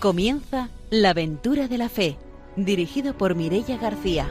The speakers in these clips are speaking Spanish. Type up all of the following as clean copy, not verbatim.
Comienza La Aventura de la Fe, dirigido por Mireia García.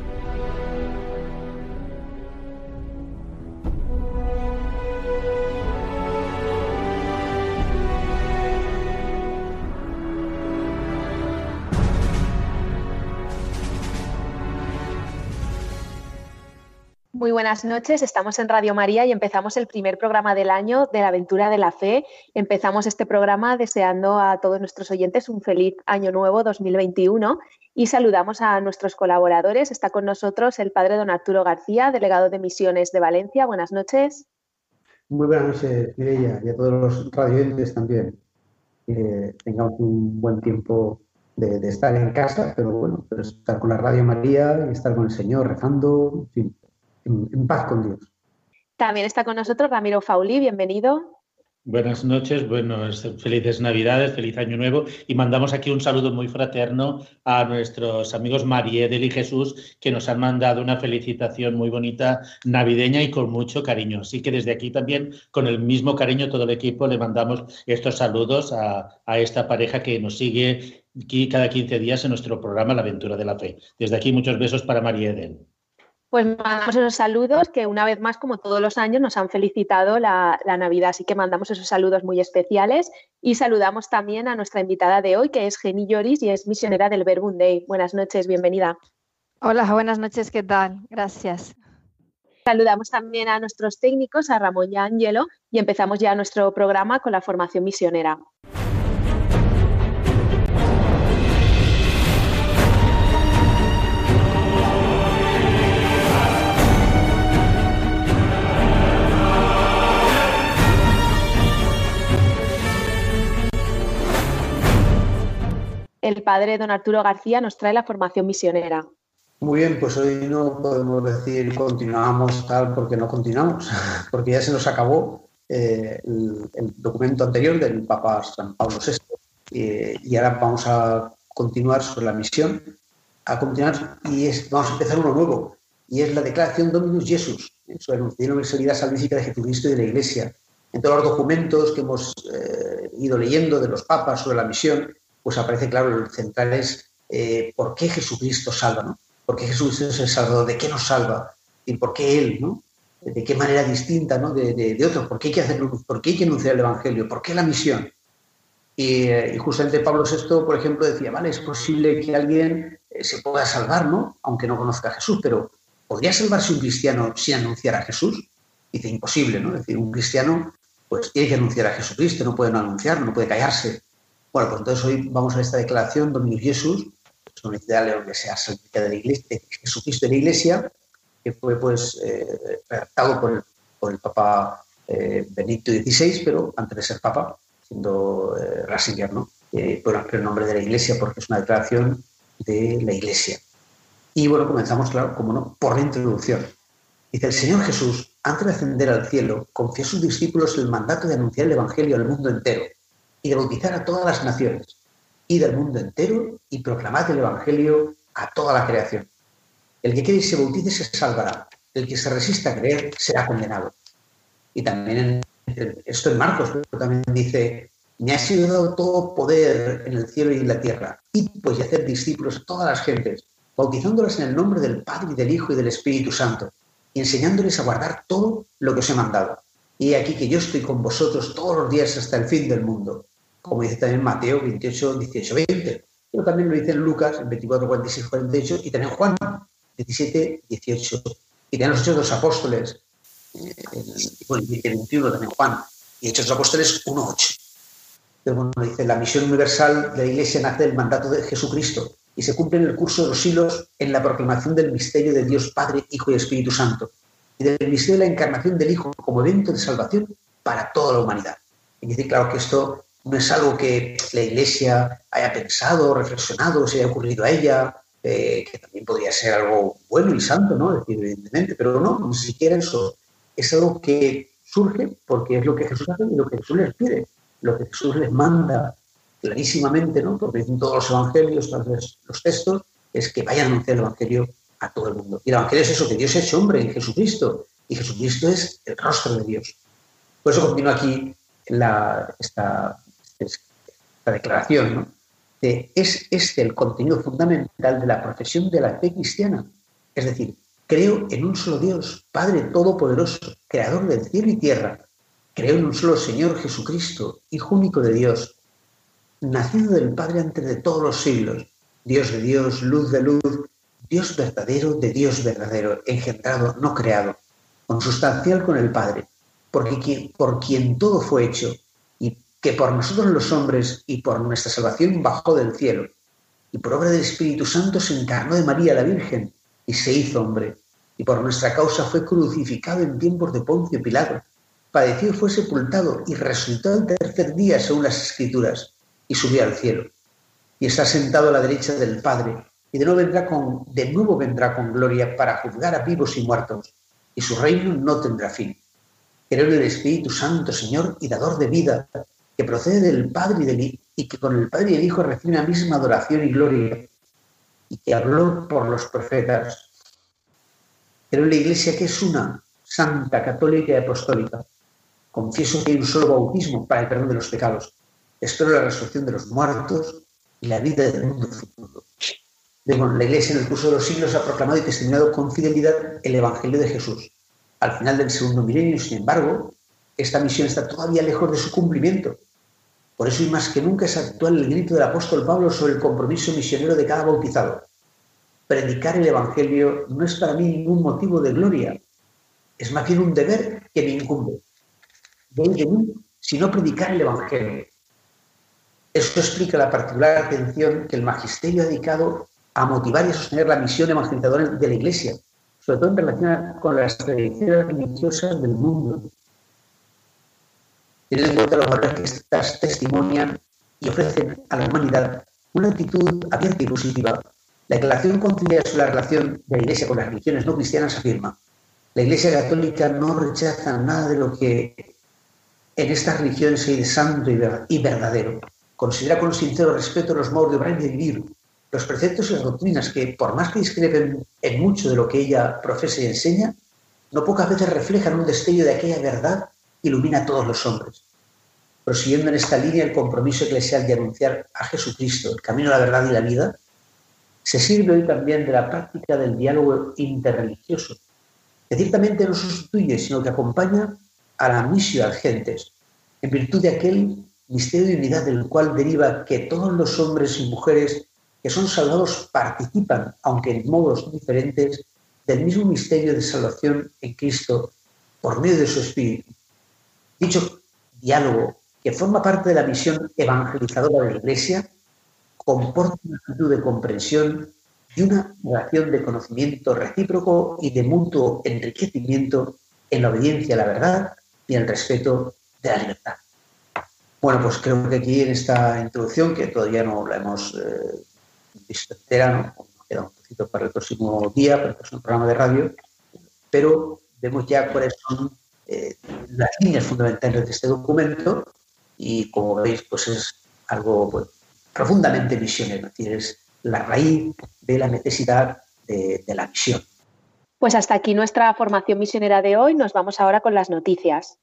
Muy buenas noches, estamos en Radio María y empezamos el primer programa del año de La Aventura de la Fe. Empezamos este programa deseando a todos nuestros oyentes un feliz año nuevo 2021 y saludamos a nuestros colaboradores. Está con nosotros el padre don Arturo García, delegado de Misiones de Valencia. Buenas noches. Muy buenas noches, Mireia, y a todos los radioyentes también. Que tengamos un buen tiempo de estar en casa, pero estar con la Radio María y estar con el Señor rezando, en fin, en paz con Dios. También está con nosotros Ramiro Faulí, bienvenido. Buenas noches, felices Navidades, feliz Año Nuevo, y mandamos aquí un saludo muy fraterno a nuestros amigos Mariedel y Jesús, que nos han mandado una felicitación muy bonita navideña y con mucho cariño. Así que desde aquí también, con el mismo cariño, todo el equipo le mandamos estos saludos a esta pareja que nos sigue aquí cada 15 días en nuestro programa La Aventura de la Fe. Desde aquí muchos besos para Mariedel. Pues mandamos esos saludos que una vez más, como todos los años, nos han felicitado la Navidad. Así que mandamos esos saludos muy especiales y saludamos también a nuestra invitada de hoy, que es Geni Lloris y es misionera del Verbum Dei. Buenas noches, bienvenida. Hola, buenas noches, ¿qué tal? Gracias. Saludamos también a nuestros técnicos, a Ramón y a Ángelo, y empezamos ya nuestro programa con la formación misionera. El padre don Arturo García nos trae la formación misionera. Muy bien, pues hoy no podemos decir continuamos tal porque no continuamos, porque ya se nos acabó el documento anterior del Papa San Pablo VI y ahora vamos a continuar sobre la misión, vamos a empezar uno nuevo, y es la declaración Dominus Jesus, sobre la universalidad salvífica de Jesucristo y de la Iglesia. En todos los documentos que hemos ido leyendo de los papas sobre la misión, pues aparece claro, el central es por qué Jesucristo salva, ¿no? ¿Por qué Jesucristo es el Salvador? ¿De qué nos salva? ¿Y por qué Él, ¿no? ¿De qué manera distinta, ¿no? de otros? ¿Por qué hay que hacerlo? ¿Por qué hay que anunciar el Evangelio? ¿Por qué la misión? Y justamente Pablo VI, por ejemplo, decía, vale, es posible que alguien se pueda salvar, ¿no? Aunque no conozca a Jesús, pero ¿podría salvarse un cristiano sin anunciar a Jesús? Dice, imposible, ¿no? Es decir, un cristiano pues tiene que anunciar a Jesucristo, no puede no anunciarlo, no puede callarse. Bueno, pues entonces hoy vamos a esta declaración, Dominus Jesus, es una entidad de sea salvífica de la Iglesia, de Jesucristo de la Iglesia, que fue pues redactado por el Papa Benedicto XVI, pero antes de ser Papa, siendo Ratzinger, ¿no? Pero el nombre de la Iglesia porque es una declaración de la Iglesia. Y bueno, comenzamos, claro, como no, por la introducción. Dice, el Señor Jesús, antes de ascender al cielo, confió a sus discípulos el mandato de anunciar el Evangelio al mundo entero y de bautizar a todas las naciones. Id al mundo entero y proclamad el Evangelio a toda la creación. El que quiere y se bautice se salvará. El que se resista a creer será condenado. Y también esto en Marcos, pero también dice, me ha sido dado todo poder en el cielo y en la tierra. Id pues y hacer discípulos a todas las gentes, bautizándolas en el nombre del Padre y del Hijo y del Espíritu Santo, y enseñándoles a guardar todo lo que os he mandado. Y he aquí que yo estoy con vosotros todos los días hasta el fin del mundo. Como dice también Mateo 28, 18, 20. Pero también lo dice en Lucas, en 24, 46, 48, y también Juan 17, 18. Y también los Hechos de los Apóstoles, en 21 también Juan, y Hechos de los Apóstoles 1, 8. Pero bueno, dice, la misión universal de la Iglesia nace del mandato de Jesucristo y se cumple en el curso de los siglos en la proclamación del misterio de Dios Padre, Hijo y Espíritu Santo, y del misterio de la encarnación del Hijo como evento de salvación para toda la humanidad. Y dice, claro que esto no es algo que la Iglesia haya pensado, reflexionado, se haya ocurrido a ella, que también podría ser algo bueno y santo, ¿no? Es decir, evidentemente, pero no, ni siquiera eso. Es algo que surge porque es lo que Jesús hace y lo que Jesús les pide, lo que Jesús les manda clarísimamente, ¿no? Porque dicen todos los evangelios, todos los textos, es que vayan a anunciar el Evangelio a todo el mundo. Y el Evangelio es eso, que Dios se ha hecho hombre en Jesucristo, y Jesucristo es el rostro de Dios. Por eso continúa aquí esta declaración, ¿no? Es este el contenido fundamental de la profesión de la fe cristiana. Es decir, creo en un solo Dios, Padre Todopoderoso, Creador del cielo y tierra. Creo en un solo Señor Jesucristo, Hijo único de Dios, nacido del Padre antes de todos los siglos, Dios de Dios, luz de luz, Dios verdadero de Dios verdadero, engendrado, no creado, consustancial con el Padre, por quien todo fue hecho, y que por nosotros los hombres y por nuestra salvación bajó del cielo, y por obra del Espíritu Santo se encarnó de María la Virgen, y se hizo hombre, y por nuestra causa fue crucificado en tiempos de Poncio Pilato, padeció y fue sepultado, y resucitó al tercer día según las Escrituras, y subió al cielo, y está sentado a la derecha del Padre, y de nuevo vendrá con gloria para juzgar a vivos y muertos, y su reino no tendrá fin. Creo en el Espíritu Santo, Señor y dador de vida, que procede del Padre y que con el Padre y el Hijo recibe la misma adoración y gloria, y que habló por los profetas. Creo en la Iglesia, que es una, santa, católica y apostólica. Confieso que hay un solo bautismo para el perdón de los pecados. Espero la resurrección de los muertos y la vida del mundo futuro. La Iglesia en el curso de los siglos ha proclamado y testimoniado con fidelidad el Evangelio de Jesús. Al final del segundo milenio, sin embargo, esta misión está todavía lejos de su cumplimiento. Por eso y más que nunca es actual el grito del apóstol Pablo sobre el compromiso misionero de cada bautizado. Predicar el Evangelio no es para mí ningún motivo de gloria, es más bien un deber que me incumbe. De mí, sino predicar el Evangelio. Eso explica la particular atención que el magisterio ha dedicado a motivar y a sostener la misión evangelizadora de la Iglesia, sobre todo en relación con las tradiciones religiosas del mundo. Teniendo en cuenta los valores que estas testimonian y ofrecen a la humanidad una actitud abierta y positiva, la Declaración Conciliar sobre la relación de la Iglesia con las religiones no cristianas afirma: la Iglesia católica no rechaza nada de lo que en estas religiones hay de santo y verdadero. Considera con sincero respeto los modos de obrar y de vivir, los preceptos y las doctrinas que, por más que discrepen en mucho de lo que ella profesa y enseña, no pocas veces reflejan un destello de aquella verdad que ilumina a todos los hombres. Prosiguiendo en esta línea el compromiso eclesial de anunciar a Jesucristo, el camino a la verdad y la vida, se sirve hoy también de la práctica del diálogo interreligioso, que ciertamente no sustituye, sino que acompaña a la missio ad gentes, en virtud de aquel misterio de unidad del cual deriva que todos los hombres y mujeres que son salvados participan, aunque en modos diferentes, del mismo misterio de salvación en Cristo por medio de su Espíritu. Dicho diálogo, que forma parte de la misión evangelizadora de la Iglesia, comporta una actitud de comprensión y una relación de conocimiento recíproco y de mutuo enriquecimiento en la obediencia a la verdad y en el respeto de la libertad. Bueno, pues creo que aquí en esta introducción, que todavía no la hemos visto entera, ¿no? Queda un poquito para el próximo día, para el próximo programa de radio, pero vemos ya cuáles son las líneas fundamentales de este documento y, como veis, pues es algo profundamente misionero, es decir, es la raíz de la necesidad de la misión. Pues hasta aquí nuestra formación misionera de hoy. Nos vamos ahora con las noticias.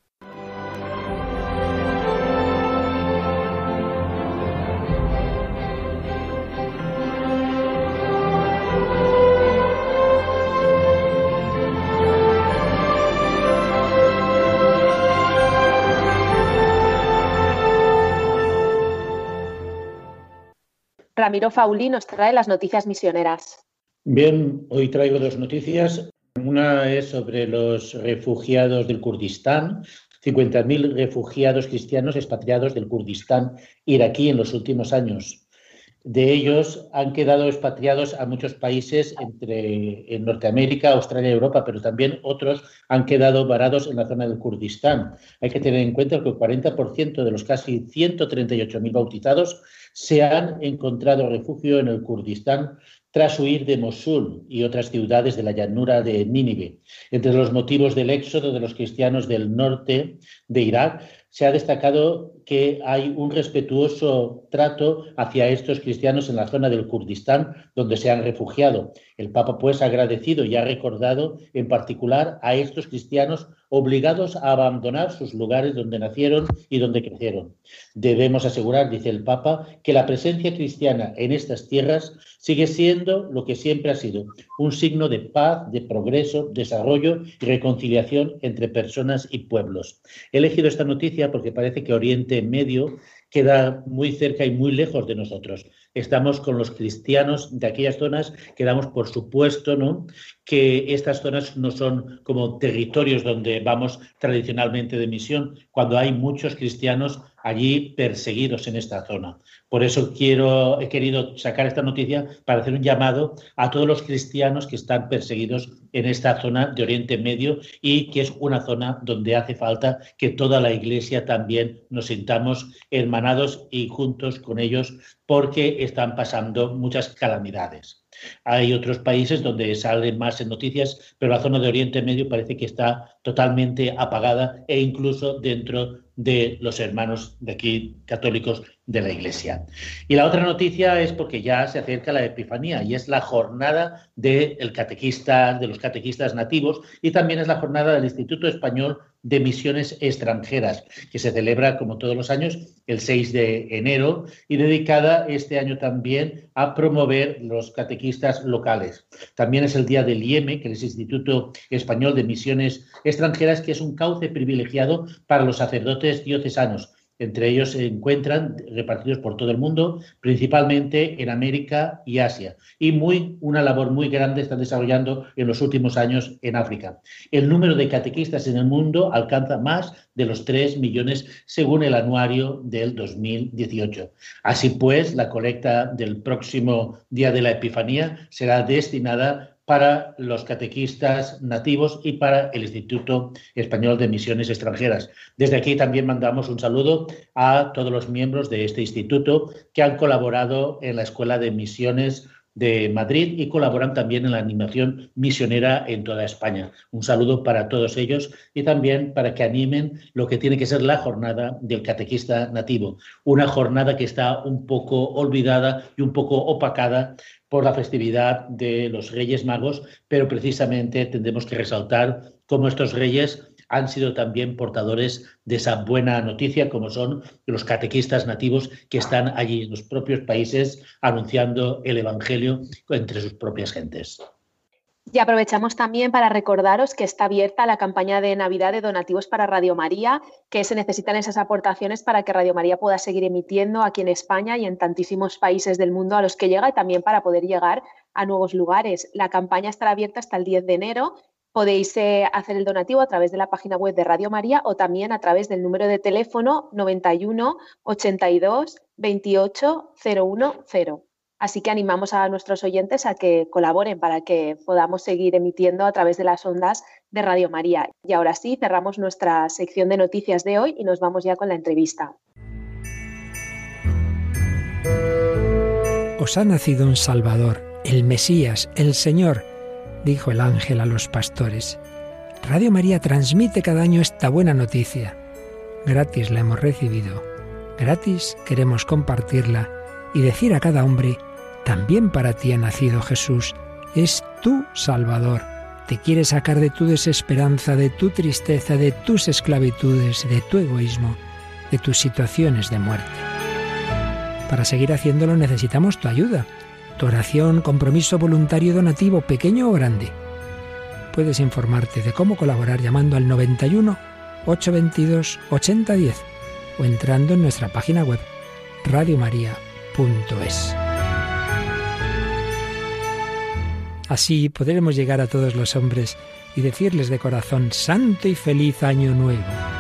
Ramiro Fauli nos trae las noticias misioneras. Bien, hoy traigo dos noticias. Una es sobre los refugiados del Kurdistán. 50.000 refugiados cristianos expatriados del Kurdistán iraquí en los últimos años. De ellos han quedado expatriados a muchos países en Norteamérica, Australia y Europa, pero también otros han quedado varados en la zona del Kurdistán. Hay que tener en cuenta que el 40% de los casi 138.000 bautizados se han encontrado refugio en el Kurdistán tras huir de Mosul y otras ciudades de la llanura de Nínive. Entre los motivos del éxodo de los cristianos del norte de Irak se ha destacado que hay un respetuoso trato hacia estos cristianos en la zona del Kurdistán, donde se han refugiado. El Papa, pues, ha agradecido y ha recordado en particular a estos cristianos obligados a abandonar sus lugares donde nacieron y donde crecieron. Debemos asegurar, dice el Papa, que la presencia cristiana en estas tierras sigue siendo lo que siempre ha sido, un signo de paz, de progreso, desarrollo y reconciliación entre personas y pueblos. He elegido esta noticia porque parece que Oriente Medio queda muy cerca y muy lejos de nosotros. Estamos con los cristianos de aquellas zonas que damos por supuesto, ¿no?, que estas zonas no son como territorios donde vamos tradicionalmente de misión, cuando hay muchos cristianos allí perseguidos en esta zona. Por eso he querido sacar esta noticia para hacer un llamado a todos los cristianos que están perseguidos en esta zona de Oriente Medio y que es una zona donde hace falta que toda la Iglesia también nos sintamos hermanados y juntos con ellos porque están pasando muchas calamidades. Hay otros países donde salen más en noticias, pero la zona de Oriente Medio parece que está totalmente apagada e incluso dentro de los hermanos de aquí católicos de la Iglesia. Y la otra noticia es porque ya se acerca la Epifanía y es la jornada de los catequistas nativos y también es la jornada del Instituto Español de Misiones Extranjeras, que se celebra como todos los años el 6 de enero y dedicada este año también a promover los catequistas locales. También es el día del IEME, que es el Instituto Español de Misiones Extranjeras, que es un cauce privilegiado para los sacerdotes diocesanos. Entre ellos se encuentran repartidos por todo el mundo, principalmente en América y Asia. Y una labor muy grande están desarrollando en los últimos años en África. El número de catequistas en el mundo alcanza más de los 3 millones según el anuario del 2018. Así pues, la colecta del próximo día de la Epifanía será destinada para los catequistas nativos y para el Instituto Español de Misiones Extranjeras. Desde aquí también mandamos un saludo a todos los miembros de este instituto que han colaborado en la Escuela de Misiones de Madrid y colaboran también en la animación misionera en toda España. Un saludo para todos ellos y también para que animen lo que tiene que ser la jornada del catequista nativo, una jornada que está un poco olvidada y un poco opacada por la festividad de los Reyes Magos, pero precisamente tendremos que resaltar cómo estos reyes han sido también portadores de esa buena noticia, como son los catequistas nativos que están allí en los propios países anunciando el Evangelio entre sus propias gentes. Y aprovechamos también para recordaros que está abierta la campaña de Navidad de donativos para Radio María, que se necesitan esas aportaciones para que Radio María pueda seguir emitiendo aquí en España y en tantísimos países del mundo a los que llega y también para poder llegar a nuevos lugares. La campaña estará abierta hasta el 10 de enero. Podéis hacer el donativo a través de la página web de Radio María o también a través del número de teléfono 91 82 28 010. Así que animamos a nuestros oyentes a que colaboren para que podamos seguir emitiendo a través de las ondas de Radio María. Y ahora sí, cerramos nuestra sección de noticias de hoy y nos vamos ya con la entrevista. Os ha nacido un Salvador, el Mesías, el Señor, dijo el ángel a los pastores. Radio María transmite cada año esta buena noticia. Gratis la hemos recibido, gratis queremos compartirla y decir a cada hombre: también para ti ha nacido Jesús, es tu Salvador. Te quiere sacar de tu desesperanza, de tu tristeza, de tus esclavitudes, de tu egoísmo, de tus situaciones de muerte. Para seguir haciéndolo necesitamos tu ayuda, tu oración, compromiso voluntario donativo, pequeño o grande. Puedes informarte de cómo colaborar llamando al 91 822 8010 o entrando en nuestra página web radiomaria.es. Así podremos llegar a todos los hombres y decirles de corazón: santo y feliz año nuevo.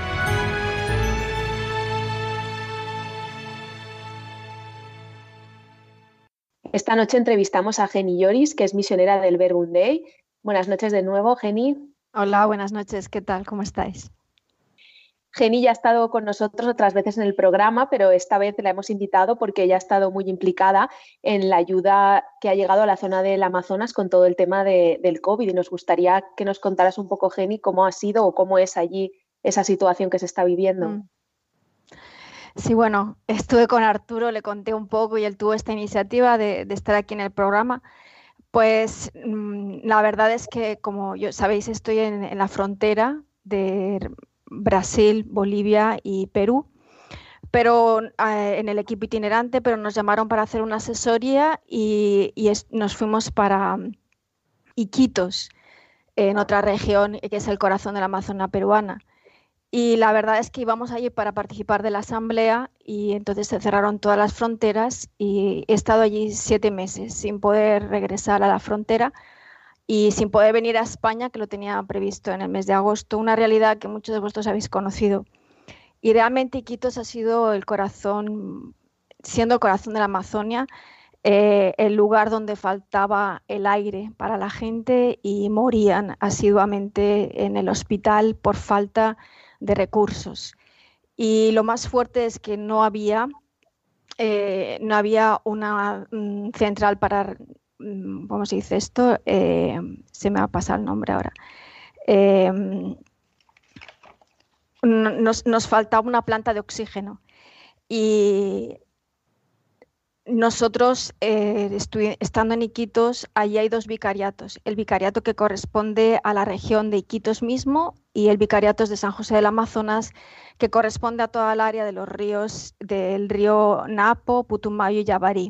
Esta noche entrevistamos a Jenny Lloris, que es misionera del Verbum Dei. Buenas noches de nuevo, Jenny. Hola, buenas noches. ¿Qué tal? ¿Cómo estáis? Jenny ya ha estado con nosotros otras veces en el programa, pero esta vez la hemos invitado porque ella ha estado muy implicada en la ayuda que ha llegado a la zona del Amazonas con todo el tema del COVID. Y nos gustaría que nos contaras un poco, Jenny, cómo ha sido o cómo es allí esa situación que se está viviendo. Sí, bueno, estuve con Arturo, le conté un poco y él tuvo esta iniciativa de estar aquí en el programa. Pues la verdad es que, como sabéis, estoy en la frontera de Brasil, Bolivia y Perú, pero en el equipo itinerante, pero nos llamaron para hacer una asesoría y nos fuimos para Iquitos, en otra región que es el corazón de la Amazonía peruana. Y la verdad es que íbamos allí para participar de la asamblea y entonces se cerraron todas las fronteras y he estado allí 7 meses sin poder regresar a la frontera y sin poder venir a España, que lo tenía previsto en el mes de agosto, una realidad que muchos de vosotros habéis conocido. Y realmente Iquitos ha sido siendo el corazón de la Amazonia, el lugar donde faltaba el aire para la gente y morían asiduamente en el hospital por falta de recursos. Y lo más fuerte es que no había una central para, ¿cómo se dice esto? Se me va a pasar el nombre ahora. Nos faltaba una planta de oxígeno y nosotros, estando en Iquitos, allí hay 2 vicariatos. El vicariato que corresponde a la región de Iquitos mismo y el vicariato de San José del Amazonas, que corresponde a toda el área de los ríos, del río Napo, Putumayo y Yavarí.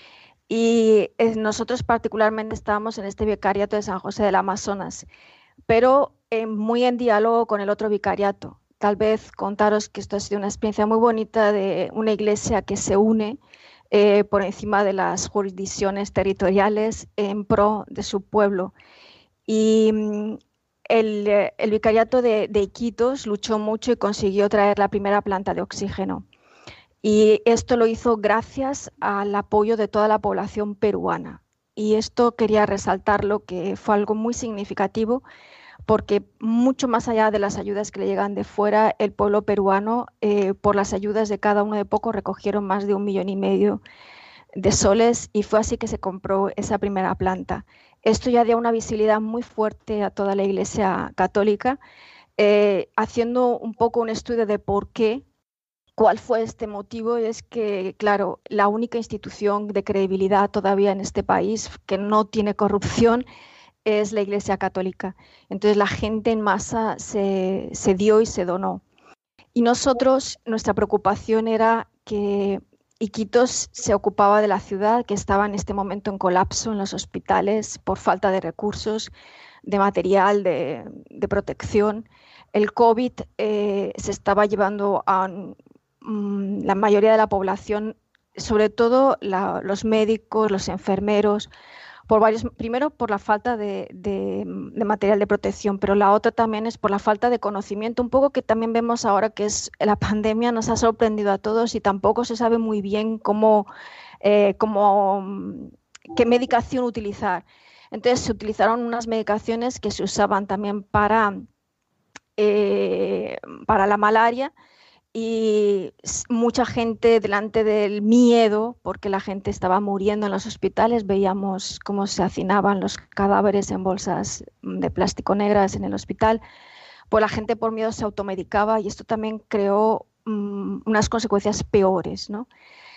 Y nosotros particularmente estábamos en este vicariato de San José del Amazonas, pero muy en diálogo con el otro vicariato. Tal vez contaros que esto ha sido una experiencia muy bonita de una iglesia que se une por encima de las jurisdicciones territoriales en pro de su pueblo. Y el vicariato de Iquitos luchó mucho y consiguió traer la primera planta de oxígeno. Y esto lo hizo gracias al apoyo de toda la población peruana. Y esto quería resaltarlo, que fue algo muy significativo, porque mucho más allá de las ayudas que le llegan de fuera, el pueblo peruano, por las ayudas de cada uno de poco, recogieron más de 1,5 millones de soles y fue así que se compró esa primera planta. Esto ya dio una visibilidad muy fuerte a toda la Iglesia Católica, haciendo un poco un estudio de cuál fue este motivo. Y es que, claro, la única institución de credibilidad todavía en este país que no tiene corrupción es la Iglesia Católica. Entonces la gente en masa se dio y se donó. Y nosotros, nuestra preocupación era que Iquitos se ocupaba de la ciudad, que estaba en este momento en colapso en los hospitales por falta de recursos, de material, de protección. El COVID se estaba llevando a la mayoría de la población, sobre todo los médicos, los enfermeros, primero por la falta de material de protección, pero la otra también es por la falta de conocimiento, un poco que también vemos ahora que la pandemia nos ha sorprendido a todos y tampoco se sabe muy bien qué medicación utilizar. Entonces se utilizaron unas medicaciones que se usaban también para la malaria. Y mucha gente, delante del miedo, porque la gente estaba muriendo en los hospitales, veíamos cómo se hacinaban los cadáveres en bolsas de plástico negras en el hospital, pues la gente por miedo se automedicaba y esto también creó unas consecuencias peores, ¿no?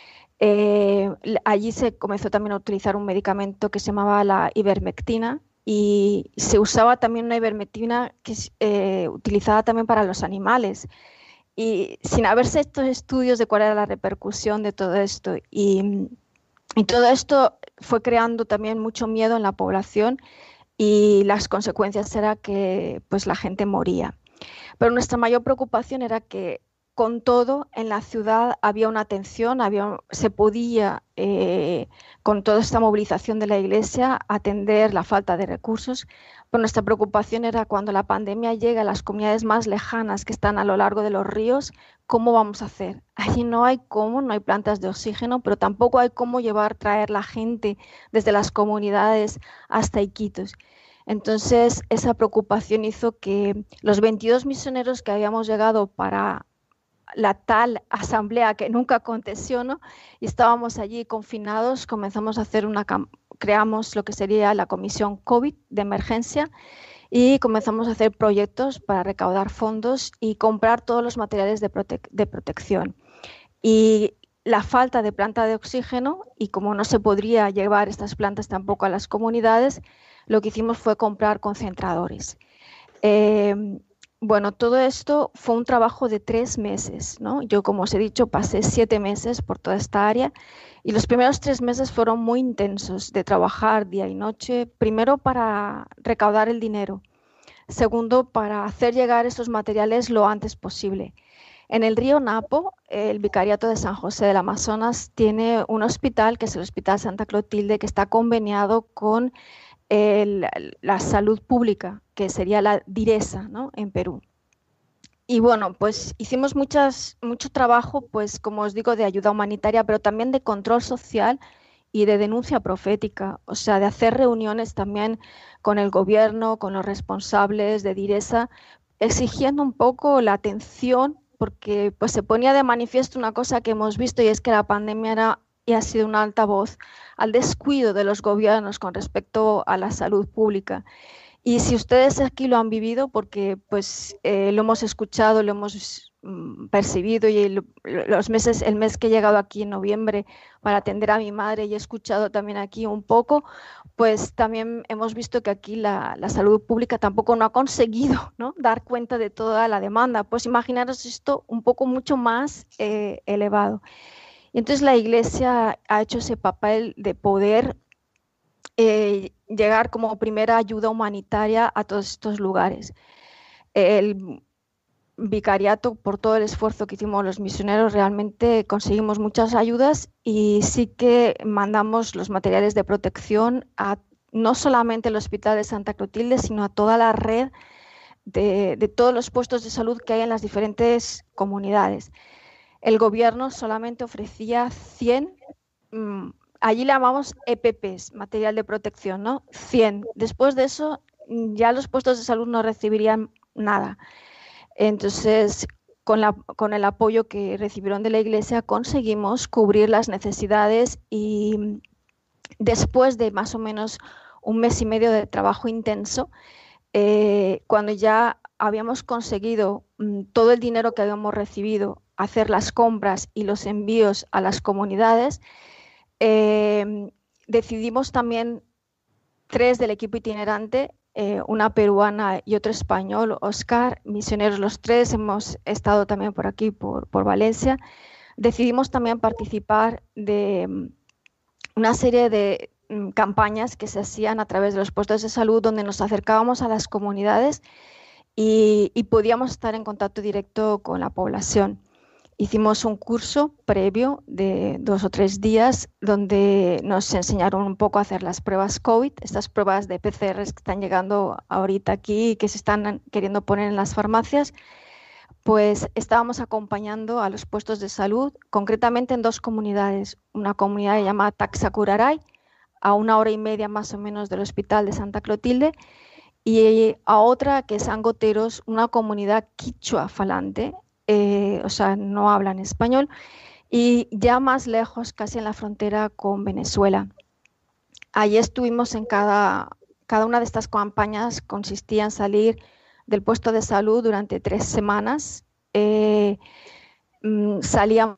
Allí se comenzó también a utilizar un medicamento que se llamaba la ivermectina y se usaba también una ivermectina que es utilizada también para los animales. Y sin haberse estos estudios de cuál era la repercusión de todo esto. Y todo esto fue creando también mucho miedo en la población y las consecuencias era que pues, la gente moría. Pero nuestra mayor preocupación era que con todo en la ciudad había una tensión, se podía, con toda esta movilización de la Iglesia, atender la falta de recursos. Pero nuestra preocupación era cuando la pandemia llega a las comunidades más lejanas que están a lo largo de los ríos, ¿cómo vamos a hacer? Allí no hay plantas de oxígeno, pero tampoco hay cómo traer la gente desde las comunidades hasta Iquitos. Entonces, esa preocupación hizo que los 22 misioneros que habíamos llegado para la tal asamblea que nunca aconteció, ¿no? Y estábamos allí confinados, comenzamos a hacer creamos lo que sería la comisión COVID de emergencia y comenzamos a hacer proyectos para recaudar fondos y comprar todos los materiales de protección. Y la falta de planta de oxígeno, y como no se podría llevar estas plantas tampoco a las comunidades, lo que hicimos fue comprar concentradores. Bueno, todo esto fue un trabajo de 3 meses, ¿no? Yo, como os he dicho, pasé 7 meses por toda esta área y los primeros 3 meses fueron muy intensos de trabajar día y noche, primero para recaudar el dinero, segundo para hacer llegar esos materiales lo antes posible. En el río Napo, el Vicariato de San José del Amazonas tiene un hospital, que es el Hospital Santa Clotilde, que está conveniado con la salud pública, que sería la DIRESA, ¿no?, en Perú. Y bueno, pues hicimos mucho trabajo, pues como os digo, de ayuda humanitaria, pero también de control social y de denuncia profética, o sea, de hacer reuniones también con el gobierno, con los responsables de DIRESA, exigiendo un poco la atención, porque pues se ponía de manifiesto una cosa que hemos visto, y es que la pandemia era y ha sido un altavoz al descuido de los gobiernos con respecto a la salud pública. Y si ustedes aquí lo han vivido, porque pues lo hemos escuchado, lo hemos percibido, y el mes que he llegado aquí en noviembre para atender a mi madre y he escuchado también aquí un poco, pues también hemos visto que aquí la salud pública tampoco no ha conseguido, ¿no?, dar cuenta de toda la demanda. Pues imaginaros esto un poco mucho más elevado. Y entonces la Iglesia ha hecho ese papel de poder llegar como primera ayuda humanitaria a todos estos lugares. El vicariato, por todo el esfuerzo que hicimos los misioneros, realmente conseguimos muchas ayudas, y sí que mandamos los materiales de protección a no solamente el Hospital de Santa Clotilde, sino a toda la red de todos los puestos de salud que hay en las diferentes comunidades. El gobierno solamente ofrecía 100, allí le llamamos EPPs, material de protección, ¿no? 100. Después de eso, ya los puestos de salud no recibirían nada. Entonces, con el apoyo que recibieron de la Iglesia, conseguimos cubrir las necesidades, y después de más o menos 1 mes y medio de trabajo intenso, cuando ya habíamos conseguido todo el dinero que habíamos recibido, hacer las compras y los envíos a las comunidades, decidimos también 3 del equipo itinerante, una peruana y otro español, Oscar, misioneros los 3, hemos estado también por aquí, por Valencia. Decidimos también participar de una serie de campañas que se hacían a través de los puestos de salud, donde nos acercábamos a las comunidades y podíamos estar en contacto directo con la población. Hicimos un curso previo de 2 o 3 días donde nos enseñaron un poco a hacer las pruebas COVID, estas pruebas de PCR que están llegando ahorita aquí y que se están queriendo poner en las farmacias. Pues estábamos acompañando a los puestos de salud, concretamente en 2 comunidades. Una comunidad llamada Taxacuraray, a 1 hora y media más o menos del Hospital de Santa Clotilde, y a otra que es Angoteros, una comunidad quichua falante, o sea, no hablan español, y ya más lejos, casi en la frontera con Venezuela. Allí estuvimos en cada una de estas campañas, consistía en salir del puesto de salud durante 3 semanas. Salíamos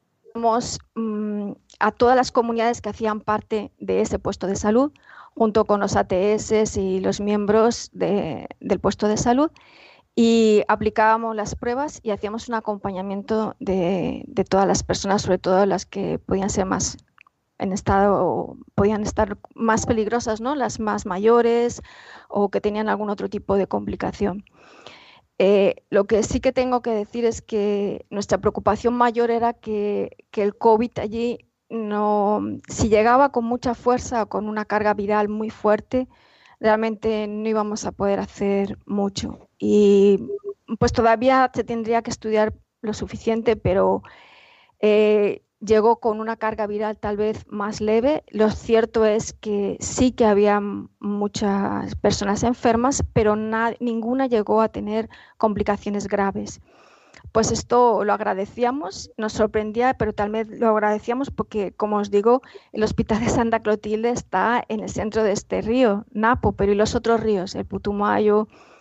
a todas las comunidades que hacían parte de ese puesto de salud, junto con los ATS y los miembros del puesto de salud, y aplicábamos las pruebas y hacíamos un acompañamiento de todas las personas, sobre todo las que podían ser más en estado, podían estar más peligrosas, ¿no?, las más mayores o que tenían algún otro tipo de complicación. Lo que sí que tengo que decir es que nuestra preocupación mayor era que el COVID allí, si llegaba con mucha fuerza o con una carga viral muy fuerte, realmente no íbamos a poder hacer mucho. Y pues todavía se tendría que estudiar lo suficiente, pero llegó con una carga viral tal vez más leve. Lo cierto es que sí que había muchas personas enfermas, pero ninguna llegó a tener complicaciones graves. Pues esto lo agradecíamos, nos sorprendía, pero tal vez lo agradecíamos porque, como os digo, el Hospital de Santa Clotilde está en el centro de este río, Napo, pero y los otros ríos, el Putumayo,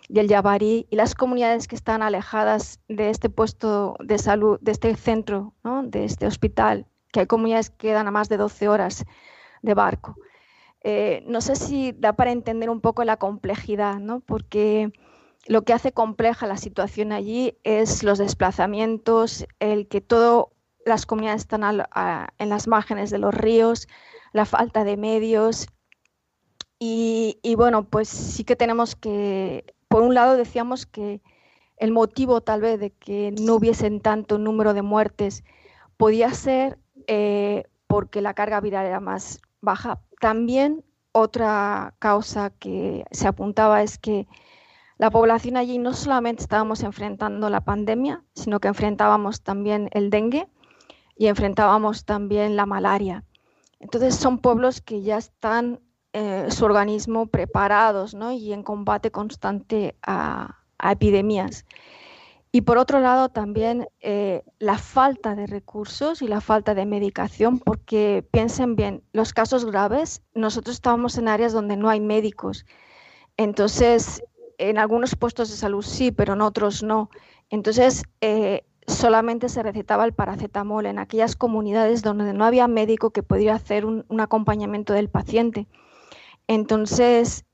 y el Yabarí, y las comunidades que están alejadas de este puesto de salud, de este centro, ¿no? De este hospital, que hay comunidades que quedan a más de 12 horas de barco. No sé si da para entender un poco la complejidad, ¿no? Porque lo que hace compleja la situación allí es los desplazamientos, el que todas las comunidades están en las márgenes de los ríos, la falta de medios. Y bueno, pues sí que tenemos que, por un lado decíamos que el motivo tal vez de que no hubiesen tanto número de muertes podía ser porque la carga viral era más baja. También otra causa que se apuntaba es que la población allí no solamente estábamos enfrentando la pandemia, sino que enfrentábamos también el dengue y enfrentábamos también la malaria. Entonces son pueblos que ya están su organismo preparados, ¿no? Y en combate constante a epidemias. Y por otro lado también la falta de recursos y la falta de medicación, porque piensen bien, los casos graves, nosotros estábamos en áreas donde no hay médicos. Entonces, en algunos puestos de salud sí, pero en otros no. Entonces, solamente se recetaba el paracetamol en aquellas comunidades donde no había médico que pudiera hacer un acompañamiento del paciente. Entonces,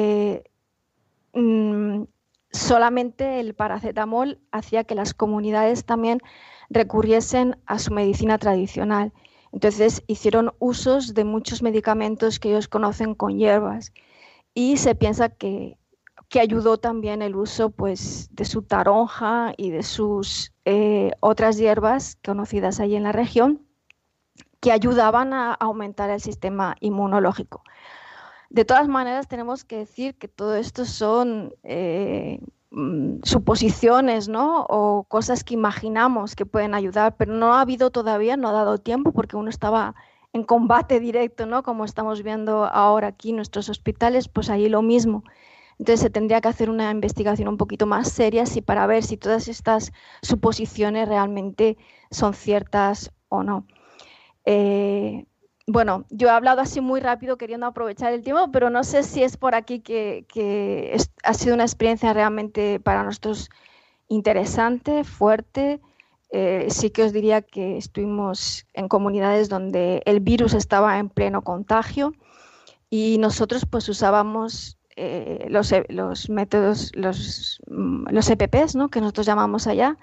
solamente el paracetamol hacía que las comunidades también recurriesen a su medicina tradicional. Entonces, hicieron usos de muchos medicamentos que ellos conocen con hierbas y se piensa que ayudó también el uso, pues, de su taronja y de sus otras hierbas conocidas allí en la región que ayudaban a aumentar el sistema inmunológico. De todas maneras, tenemos que decir que todo esto son suposiciones, ¿no? O cosas que imaginamos que pueden ayudar, pero no ha habido todavía, no ha dado tiempo porque uno estaba en combate directo, ¿no? Como estamos viendo ahora aquí en nuestros hospitales, pues ahí lo mismo. Entonces se tendría que hacer una investigación un poquito más seria para ver si todas estas suposiciones realmente son ciertas o no. Bueno, yo he hablado así muy rápido queriendo aprovechar el tiempo, pero no sé si es por aquí que ha sido una experiencia realmente para nosotros interesante, fuerte. Sí que os diría que estuvimos en comunidades donde el virus estaba en pleno contagio y nosotros pues usábamos los métodos, los EPPs, ¿no? Que nosotros llamamos allá.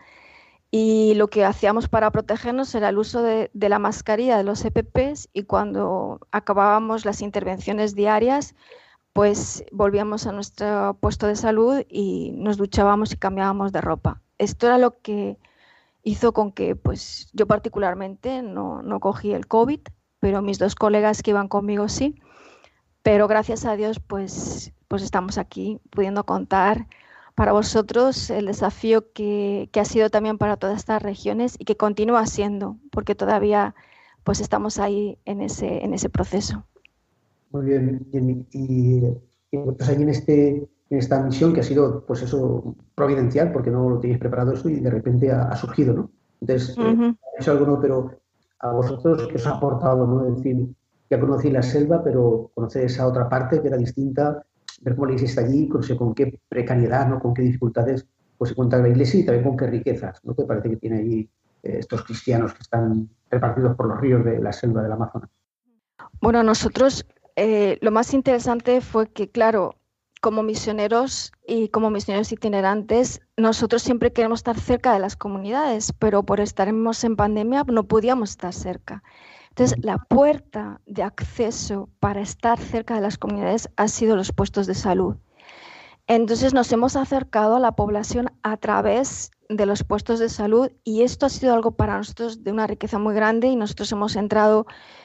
Y lo que hacíamos para protegernos era el uso de la mascarilla de los EPPs y cuando acabábamos las intervenciones diarias, pues volvíamos a nuestro puesto de salud y nos duchábamos y cambiábamos de ropa. Esto era lo que hizo con que pues, yo particularmente no cogí el COVID, pero mis dos colegas que iban conmigo sí. Pero gracias a Dios pues estamos aquí pudiendo contar para vosotros el desafío que ha sido también para todas estas regiones y que continúa siendo, porque todavía pues estamos ahí en ese proceso. Muy bien, y pues ahí en esta misión que ha sido pues eso providencial, porque no lo tenéis preparado eso y de repente ha surgido, ¿no? Entonces, eso algo no, pero a vosotros que os ha aportado, ¿no? Es decir, ya conocí la selva, pero conocer esa otra parte que era distinta, ver cómo la iglesia está allí, con qué precariedad, ¿no? Con qué dificultades pues, se encuentra la iglesia y también con qué riquezas, ¿no? Que parece que tiene allí estos cristianos que están repartidos por los ríos de la selva del Amazonas. Bueno, nosotros lo más interesante fue que, claro, como misioneros itinerantes, nosotros siempre queremos estar cerca de las comunidades, pero por estarmos en pandemia no podíamos estar cerca. Entonces, la puerta de acceso para estar cerca de las comunidades ha sido los puestos de salud. Entonces, nos hemos acercado a la población a través de los puestos de salud y esto ha sido algo para nosotros de una riqueza muy grande y nosotros hemos entrado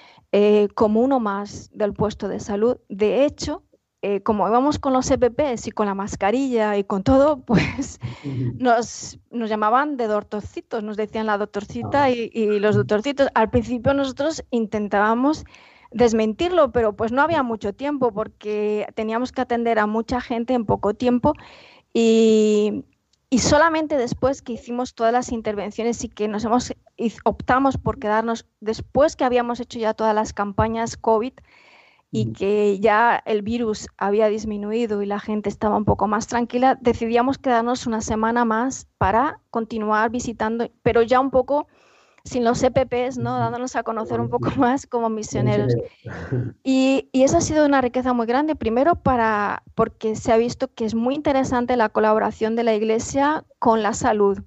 como uno más del puesto de salud. De hecho, como íbamos con los EPPs y con la mascarilla y con todo, pues nos llamaban de doctorcitos, nos decían la doctorcita y los doctorcitos. Al principio nosotros intentábamos desmentirlo, pero pues no había mucho tiempo porque teníamos que atender a mucha gente en poco tiempo y solamente después que hicimos todas las intervenciones y que optamos por quedarnos, después que habíamos hecho ya todas las campañas COVID, y que ya el virus había disminuido y la gente estaba un poco más tranquila, decidíamos quedarnos una semana más para continuar visitando, pero ya un poco sin los EPPs, ¿no? Dándonos a conocer un poco más como misioneros. Y eso ha sido una riqueza muy grande, primero porque se ha visto que es muy interesante la colaboración de la Iglesia con la salud.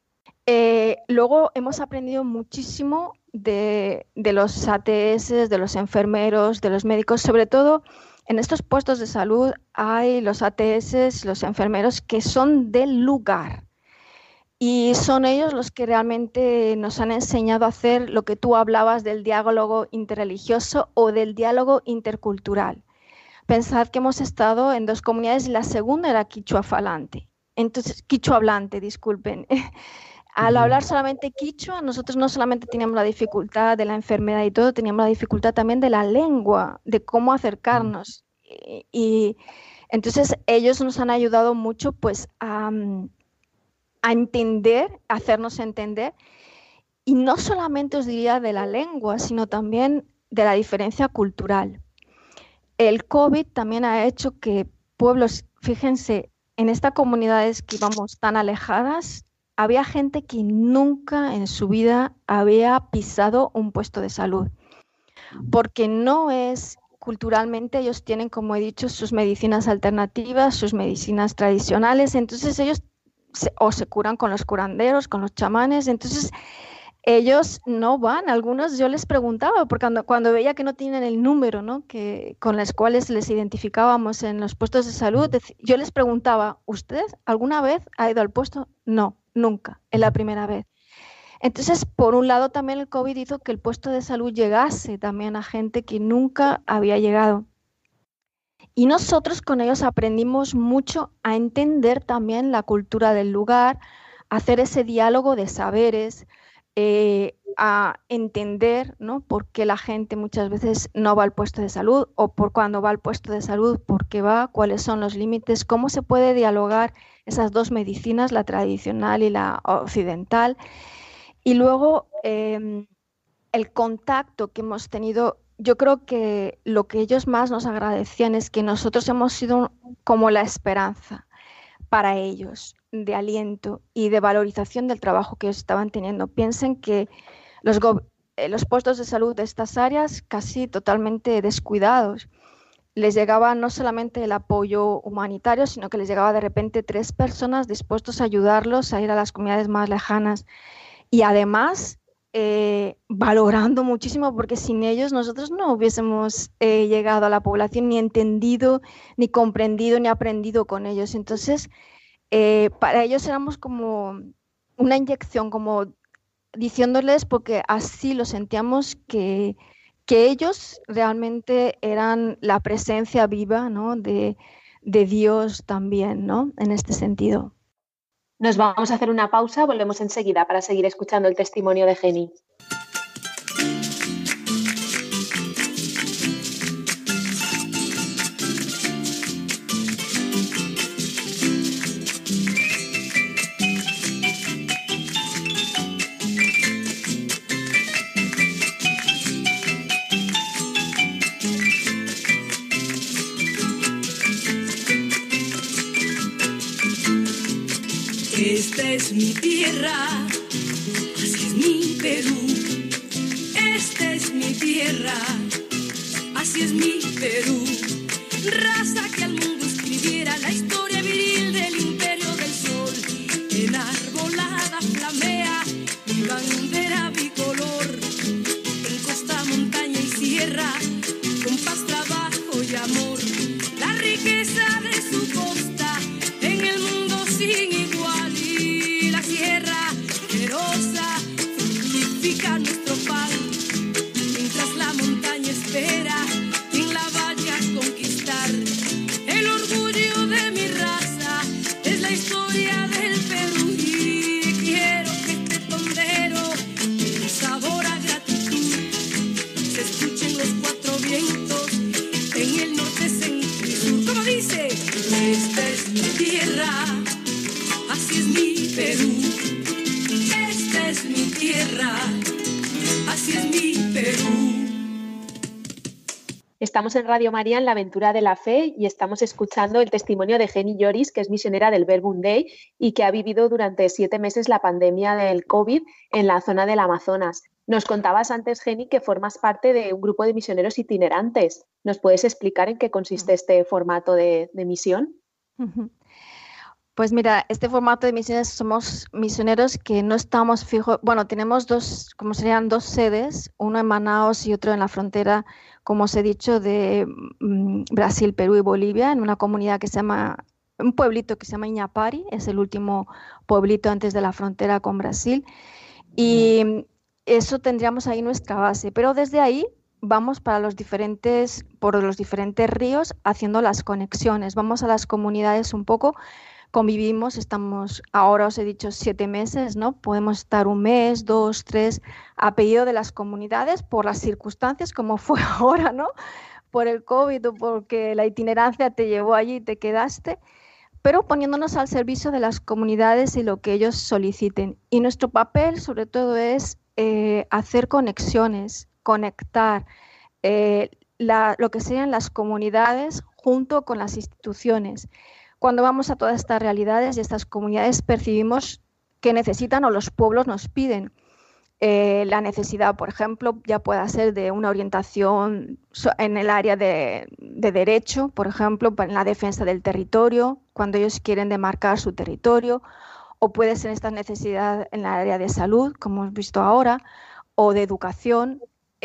Luego hemos aprendido muchísimo de los ATS, de los enfermeros, de los médicos, sobre todo en estos puestos de salud hay los ATS, los enfermeros que son del lugar. Y son ellos los que realmente nos han enseñado a hacer lo que tú hablabas del diálogo interreligioso o del diálogo intercultural. Pensad que hemos estado en 2 comunidades y la segunda era quichua hablante, disculpen. Al hablar solamente quichua, nosotros no solamente teníamos la dificultad de la enfermedad y todo, teníamos la dificultad también de la lengua, de cómo acercarnos. Y entonces ellos nos han ayudado mucho pues a entender, a hacernos entender, y no solamente os diría de la lengua, sino también de la diferencia cultural. El COVID también ha hecho que pueblos, fíjense, en estas comunidades que íbamos tan alejadas, había gente que nunca en su vida había pisado un puesto de salud, porque no es culturalmente, ellos tienen, como he dicho, sus medicinas alternativas, sus medicinas tradicionales, entonces ellos se curan con los curanderos, con los chamanes, entonces ellos no van. Algunos yo les preguntaba, porque cuando veía que no tienen el número, ¿no? Con los cuales les identificábamos en los puestos de salud, yo les preguntaba, ¿usted alguna vez ha ido al puesto? No, nunca, es la primera vez. Entonces, por un lado también el COVID hizo que el puesto de salud llegase también a gente que nunca había llegado. Y nosotros con ellos aprendimos mucho a entender también la cultura del lugar, a hacer ese diálogo de saberes, a entender, ¿no? Por qué la gente muchas veces no va al puesto de salud o por cuando va al puesto de salud, por qué va, cuáles son los límites, cómo se puede dialogar esas 2 medicinas, la tradicional y la occidental. Y luego el contacto que hemos tenido. Yo creo que lo que ellos más nos agradecían es que nosotros hemos sido como la esperanza para ellos, de aliento y de valorización del trabajo que ellos estaban teniendo. Piensen que los puestos de salud de estas áreas casi totalmente descuidados. Les llegaba no solamente el apoyo humanitario, sino que les llegaba de repente 3 personas dispuestos a ayudarlos a ir a las comunidades más lejanas. Y además valorando muchísimo, porque sin ellos nosotros no hubiésemos llegado a la población, ni entendido, ni comprendido, ni aprendido con ellos. Entonces, para ellos éramos como una inyección, como diciéndoles, porque así lo sentíamos, que ellos realmente eran la presencia viva, ¿no? de Dios también, ¿no? En este sentido. Nos vamos a hacer una pausa, volvemos enseguida para seguir escuchando el testimonio de Jenny. Esta es mi tierra, así es mi Perú. Esta es mi tierra, así es mi Perú. Raza que al mundo escribiera la historia viril del imperio del sol. Enarbolada flamea mi bandera bicolor. En costa, montaña y sierra, con paz, trabajo y amor. La riqueza de su costa en el mundo sin igual. Y la sierra generosa fructifica nuestro pan, mientras la montaña espera quien la vaya a conquistar. El orgullo de mi Estamos en Radio María en la aventura de la fe y estamos escuchando el testimonio de Jenny Lloris, que es misionera del Verbum Dei y que ha vivido durante 7 meses la pandemia del COVID en la zona del Amazonas. Nos contabas antes, Jenny, que formas parte de un grupo de misioneros itinerantes. ¿Nos puedes explicar en qué consiste este formato de misión? Pues mira, este formato de misiones somos misioneros que no estamos fijos. Bueno, tenemos dos sedes, uno en Manaos y otro en la frontera, como os he dicho, de Brasil, Perú y Bolivia, en una comunidad que se llama, un pueblito que se llama Iñapari, es el último pueblito antes de la frontera con Brasil. Y eso tendríamos ahí nuestra base, pero desde ahí vamos por los diferentes ríos haciendo las conexiones. Vamos a las comunidades un poco. Convivimos, estamos, ahora os he dicho 7 meses, ¿no? Podemos estar 1 mes, 2, 3, a pedido de las comunidades, por las circunstancias como fue ahora, ¿no? Por el COVID o porque la itinerancia te llevó allí y te quedaste, pero poniéndonos al servicio de las comunidades y lo que ellos soliciten. Y nuestro papel, sobre todo, es hacer conexiones, conectar lo que sean las comunidades junto con las instituciones. Cuando vamos a todas estas realidades y estas comunidades percibimos que necesitan o los pueblos nos piden la necesidad, por ejemplo, ya pueda ser de una orientación en el área de derecho, por ejemplo, en la defensa del territorio, cuando ellos quieren demarcar su territorio, o puede ser esta necesidad en el área de salud, como hemos visto ahora, o de educación,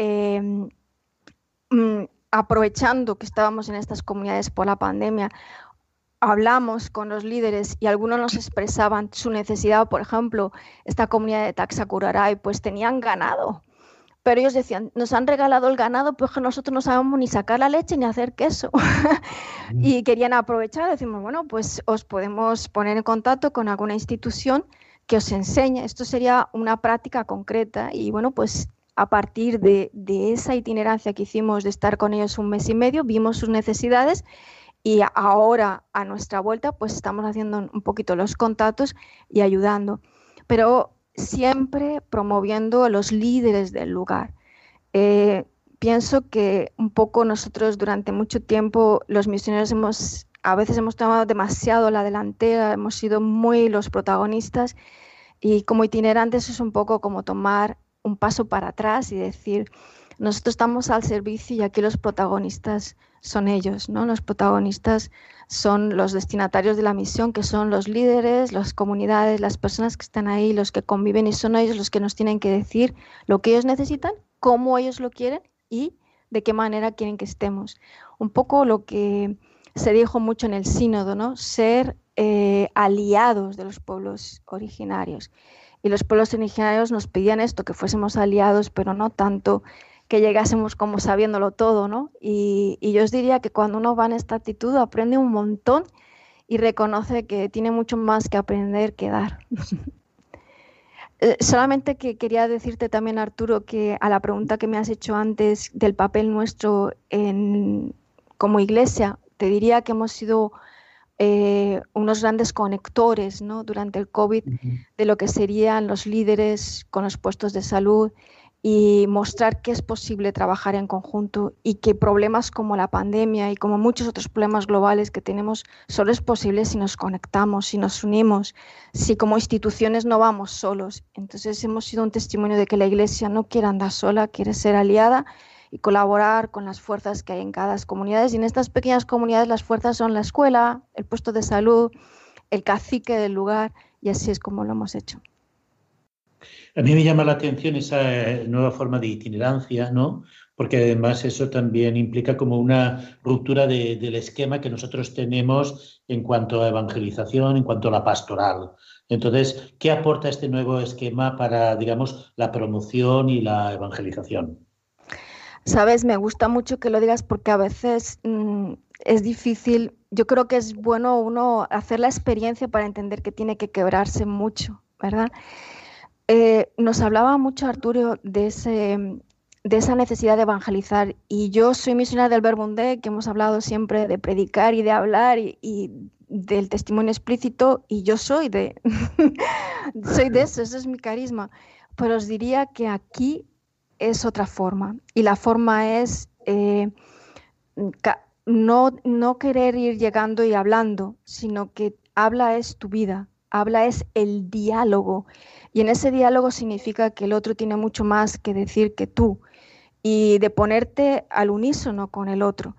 aprovechando que estábamos en estas comunidades por la pandemia. Hablamos con los líderes y algunos nos expresaban su necesidad. Por ejemplo, esta comunidad de Taxacuraray, pues tenían ganado, pero ellos decían, nos han regalado el ganado, pues que nosotros no sabemos ni sacar la leche ni hacer queso. Y querían aprovechar, decimos, bueno, pues os podemos poner en contacto con alguna institución que os enseñe. Esto sería una práctica concreta y bueno, pues a partir de esa itinerancia que hicimos de estar con ellos 1 mes y medio, vimos sus necesidades. Y ahora, a nuestra vuelta, pues estamos haciendo un poquito los contactos y ayudando, pero siempre promoviendo a los líderes del lugar. Pienso que un poco nosotros durante mucho tiempo, los misioneros a veces hemos tomado demasiado la delantera, hemos sido muy los protagonistas y como itinerantes es un poco como tomar un paso para atrás y decir, nosotros estamos al servicio y aquí los protagonistas son ellos, ¿no? Los protagonistas son los destinatarios de la misión, que son los líderes, las comunidades, las personas que están ahí, los que conviven y son ellos los que nos tienen que decir lo que ellos necesitan, cómo ellos lo quieren y de qué manera quieren que estemos. Un poco lo que se dijo mucho en el sínodo, ¿no? Ser aliados de los pueblos originarios. Y los pueblos originarios nos pedían esto, que fuésemos aliados, pero no tanto que llegásemos como sabiéndolo todo, ¿no? Y yo os diría que cuando uno va en esta actitud aprende un montón y reconoce que tiene mucho más que aprender que dar. Solamente que quería decirte también, Arturo, que a la pregunta que me has hecho antes del papel nuestro como iglesia, te diría que hemos sido unos grandes conectores, ¿no? Durante el COVID de lo que serían los líderes con los puestos de salud y mostrar que es posible trabajar en conjunto y que problemas como la pandemia y como muchos otros problemas globales que tenemos solo es posible si nos conectamos, si nos unimos, si como instituciones no vamos solos. Entonces hemos sido un testimonio de que la Iglesia no quiere andar sola, quiere ser aliada y colaborar con las fuerzas que hay en cada comunidad. Y en estas pequeñas comunidades las fuerzas son la escuela, el puesto de salud, el cacique del lugar y así es como lo hemos hecho. A mí me llama la atención esa nueva forma de itinerancia, ¿no? Porque además eso también implica como una ruptura del esquema que nosotros tenemos en cuanto a evangelización, en cuanto a la pastoral. Entonces, ¿qué aporta este nuevo esquema para, digamos, la promoción y la evangelización? Sabes, me gusta mucho que lo digas porque a veces es difícil. Yo creo que es bueno uno hacer la experiencia para entender que tiene que quebrarse mucho, ¿verdad? Nos hablaba mucho Arturo de esa necesidad de evangelizar y yo soy misionera del Verbum Dei, que hemos hablado siempre de predicar y de hablar y del testimonio explícito y yo soy de eso, ese es mi carisma, pero os diría que aquí es otra forma y la forma es no querer ir llegando y hablando, sino que habla es tu vida, habla es el diálogo. Y en ese diálogo significa que el otro tiene mucho más que decir que tú, y de ponerte al unísono con el otro,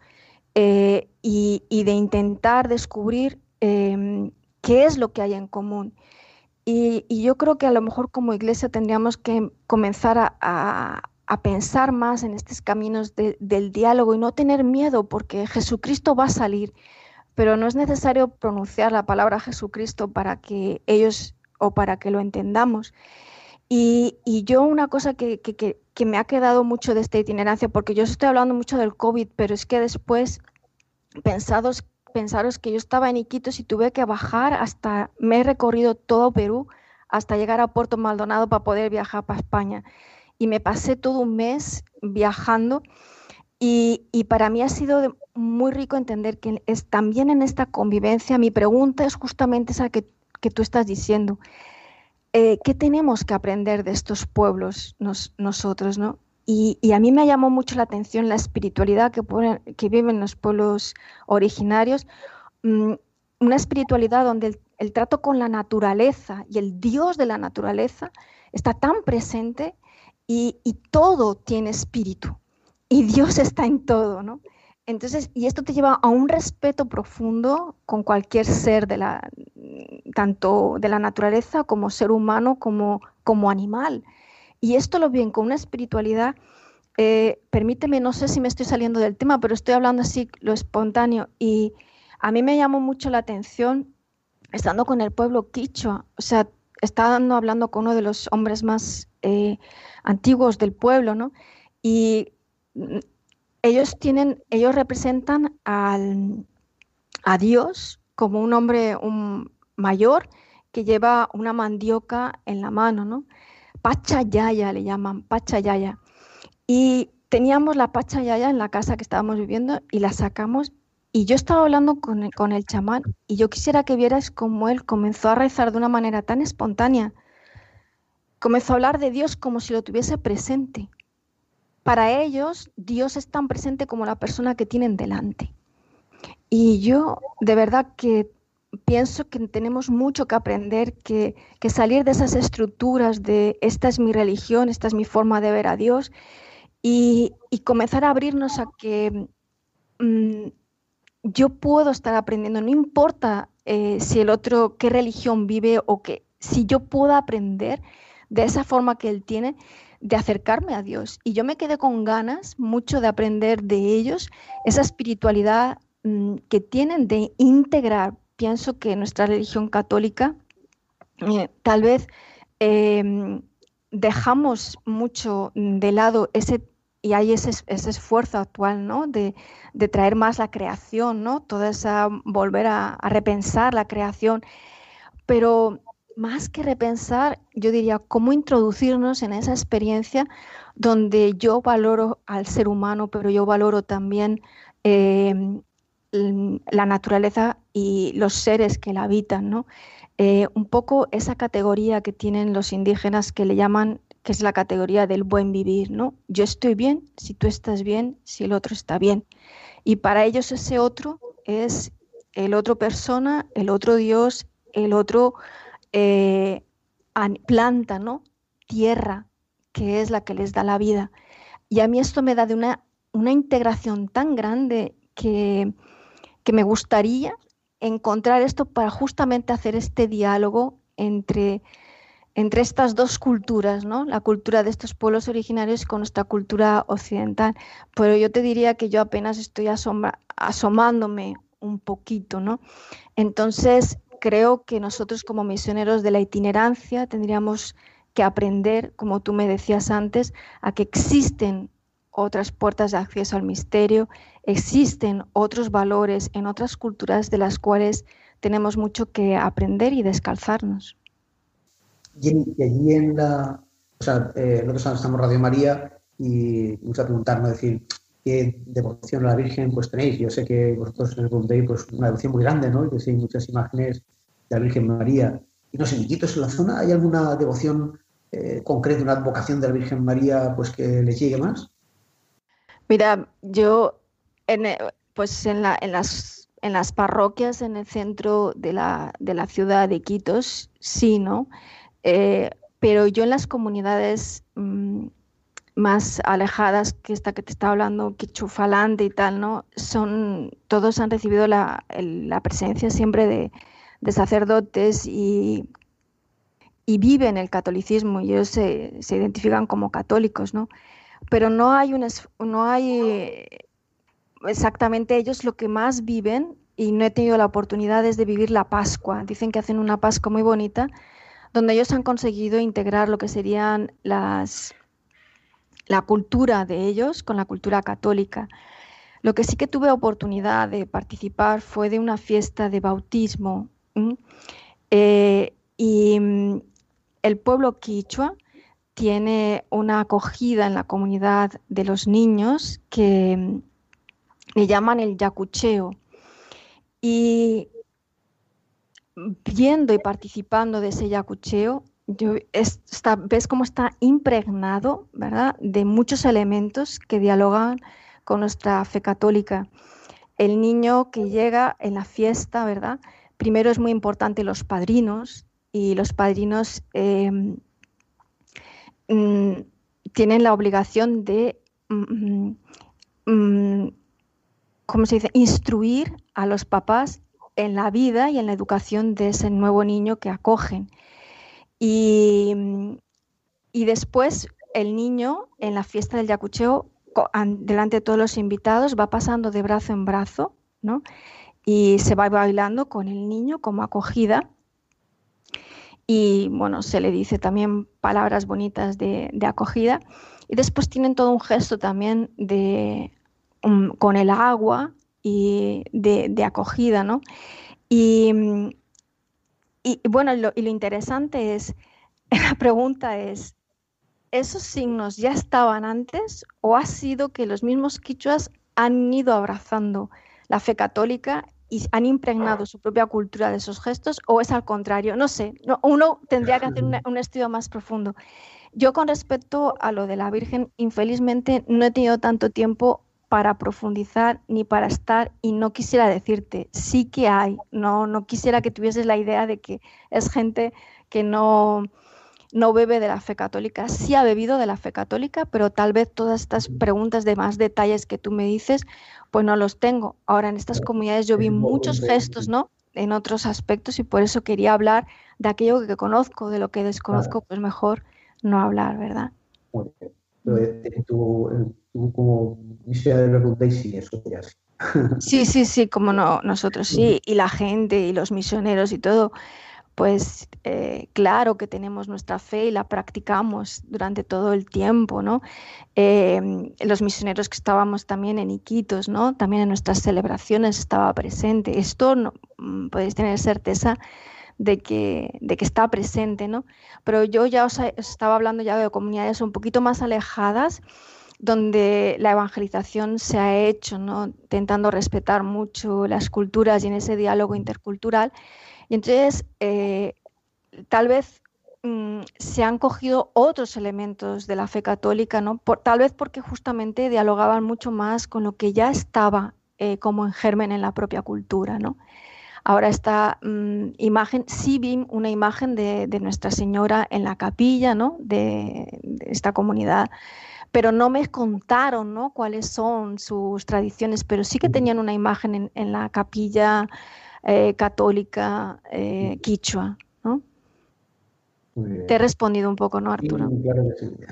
y de intentar descubrir qué es lo que hay en común. Y yo creo que a lo mejor como iglesia tendríamos que comenzar a pensar más en estos caminos del diálogo y no tener miedo, porque Jesucristo va a salir, pero no es necesario pronunciar la palabra Jesucristo para que ellos o para que lo entendamos. Y yo una cosa que me ha quedado mucho de esta itinerancia, porque yo estoy hablando mucho del COVID, pero es que después pensaros que yo estaba en Iquitos y tuve que bajar me he recorrido todo Perú hasta llegar a Puerto Maldonado para poder viajar para España. Y me pasé todo un mes viajando y para mí ha sido muy rico entender que también en esta convivencia mi pregunta es justamente esa que tú estás diciendo. ¿Qué tenemos que aprender de estos pueblos nosotros, ¿no? Y a mí me llamó mucho la atención la espiritualidad que viven los pueblos originarios, una espiritualidad donde el trato con la naturaleza y el Dios de la naturaleza está tan presente y todo tiene espíritu y Dios está en todo, ¿no? Entonces, y esto te lleva a un respeto profundo con cualquier ser tanto de la naturaleza como ser humano, como animal. Y esto lo ven con una espiritualidad, permíteme, no sé si me estoy saliendo del tema, pero estoy hablando así, lo espontáneo. Y a mí me llamó mucho la atención, estando con el pueblo quichua, o sea, estando hablando con uno de los hombres más antiguos del pueblo, ¿no? Y ellos representan a Dios como un hombre mayor que lleva una mandioca en la mano, ¿no? Pachayaya le llaman, Pachayaya. Y teníamos la Pachayaya en la casa que estábamos viviendo y la sacamos. Y yo estaba hablando con el chamán y yo quisiera que vieras cómo él comenzó a rezar de una manera tan espontánea. Comenzó a hablar de Dios como si lo tuviese presente. Para ellos, Dios es tan presente como la persona que tienen delante. Y yo de verdad que pienso que tenemos mucho que aprender, que salir de esas estructuras de esta es mi religión, esta es mi forma de ver a Dios, y comenzar a abrirnos a que yo puedo estar aprendiendo, no importa si el otro qué religión vive o si yo puedo aprender de esa forma que él tiene, de acercarme a Dios. Y yo me quedé con ganas mucho de aprender de ellos esa espiritualidad que tienen de integrar. Pienso que nuestra religión católica tal vez dejamos mucho de lado y hay ese esfuerzo actual, ¿no? de traer más la creación, ¿no? Volver a repensar la creación, pero más que repensar, yo diría cómo introducirnos en esa experiencia donde yo valoro al ser humano, pero yo valoro también la naturaleza y los seres que la habitan, ¿no? Un poco esa categoría que tienen los indígenas que le llaman, que es la categoría del buen vivir, ¿no? Yo estoy bien si tú estás bien, si el otro está bien. Y para ellos ese otro es el otro persona, el otro Dios, el otro planta, ¿no? Tierra, que es la que les da la vida. Y a mí esto me da de una integración tan grande que me gustaría encontrar esto para justamente hacer este diálogo entre estas dos culturas, ¿no? La cultura de estos pueblos originarios con nuestra cultura occidental. Pero yo te diría que yo apenas estoy asomándome un poquito, ¿no? Entonces, creo que nosotros como misioneros de la itinerancia tendríamos que aprender, como tú me decías antes, a que existen otras puertas de acceso al misterio, existen otros valores en otras culturas de las cuales tenemos mucho que aprender y descalzarnos. Y allí nosotros estamos en Radio María y me gusta preguntarnos, decir, ¿qué devoción a la Virgen pues tenéis? Yo sé que vosotros en el Bombay pues una devoción muy grande, ¿no? Y que sí, muchas imágenes de la Virgen María. Y no sé, en Iquitos, en la zona, ¿hay alguna devoción concreta, una advocación de la Virgen María pues que les llegue más? Mira, yo Pues en las parroquias en el centro de la ciudad de Iquitos, sí, ¿no? Pero yo en las comunidades más alejadas que esta que te estaba hablando, quichufalante y tal, ¿no? Todos han recibido la presencia siempre de sacerdotes y viven el catolicismo y ellos se identifican como católicos, ¿no? Pero no hay exactamente ellos lo que más viven, y no he tenido la oportunidad, de vivir la Pascua. Dicen que hacen una Pascua muy bonita, donde ellos han conseguido integrar lo que serían la cultura de ellos con la cultura católica. Lo que sí que tuve oportunidad de participar fue de una fiesta de bautismo. Y el pueblo quichua tiene una acogida en la comunidad de los niños que le llaman el yacucheo. Y viendo y participando de ese yacucheo, ves cómo está impregnado, ¿verdad?, de muchos elementos que dialogan con nuestra fe católica. El niño que llega en la fiesta, ¿verdad?, primero es muy importante los padrinos, y los padrinos tienen la obligación de, ¿cómo se dice?, instruir a los papás en la vida y en la educación de ese nuevo niño que acogen. Y después el niño en la fiesta del yacucheo, delante de todos los invitados, va pasando de brazo en brazo, ¿no?, y se va bailando con el niño como acogida. Y bueno, se le dice también palabras bonitas de acogida. Y después tienen todo un gesto también con el agua y de acogida, ¿no? Y bueno, lo interesante es, la pregunta es, ¿esos signos ya estaban antes o ha sido que los mismos quichuas han ido abrazando la fe católica y han impregnado su propia cultura de esos gestos, o es al contrario? No sé, uno tendría que hacer un estudio más profundo. Yo, con respecto a lo de la Virgen, infelizmente no he tenido tanto tiempo para profundizar ni para estar, y no quisiera decirte, sí que hay, no quisiera que tuvieses la idea de que es gente que no bebe de la fe católica. Sí ha bebido de la fe católica, pero tal vez todas estas preguntas de más detalles que tú me dices, pues no los tengo. Ahora, en estas comunidades yo vi muchos gestos, ¿no?, en otros aspectos, y por eso quería hablar de aquello que conozco. De lo que desconozco, pues mejor no hablar, ¿verdad? Muy bien. Pero tú como misionero de los sí, eso ya sí. Sí, como no, nosotros sí, y la gente y los misioneros y todo, pues claro que tenemos nuestra fe y la practicamos durante todo el tiempo, ¿no? Los misioneros que estábamos también en Iquitos, ¿no?, también en nuestras celebraciones estaba presente. Esto podéis tener certeza de que está presente, ¿no? Pero yo ya os estaba hablando ya de comunidades un poquito más alejadas, donde la evangelización se ha hecho, ¿no?, intentando respetar mucho las culturas y en ese diálogo intercultural. Y entonces, tal vez se han cogido otros elementos de la fe católica, ¿no?, tal vez porque justamente dialogaban mucho más con lo que ya estaba como en germen en la propia cultura, ¿no? Ahora esta imagen, sí vi una imagen de Nuestra Señora en la capilla, ¿no?, de esta comunidad, pero no me contaron, ¿no?, cuáles son sus tradiciones, pero sí que tenían una imagen en la capilla católica quichua, ¿no? Te he respondido un poco, ¿no, Arturo? Sí, claro que sí.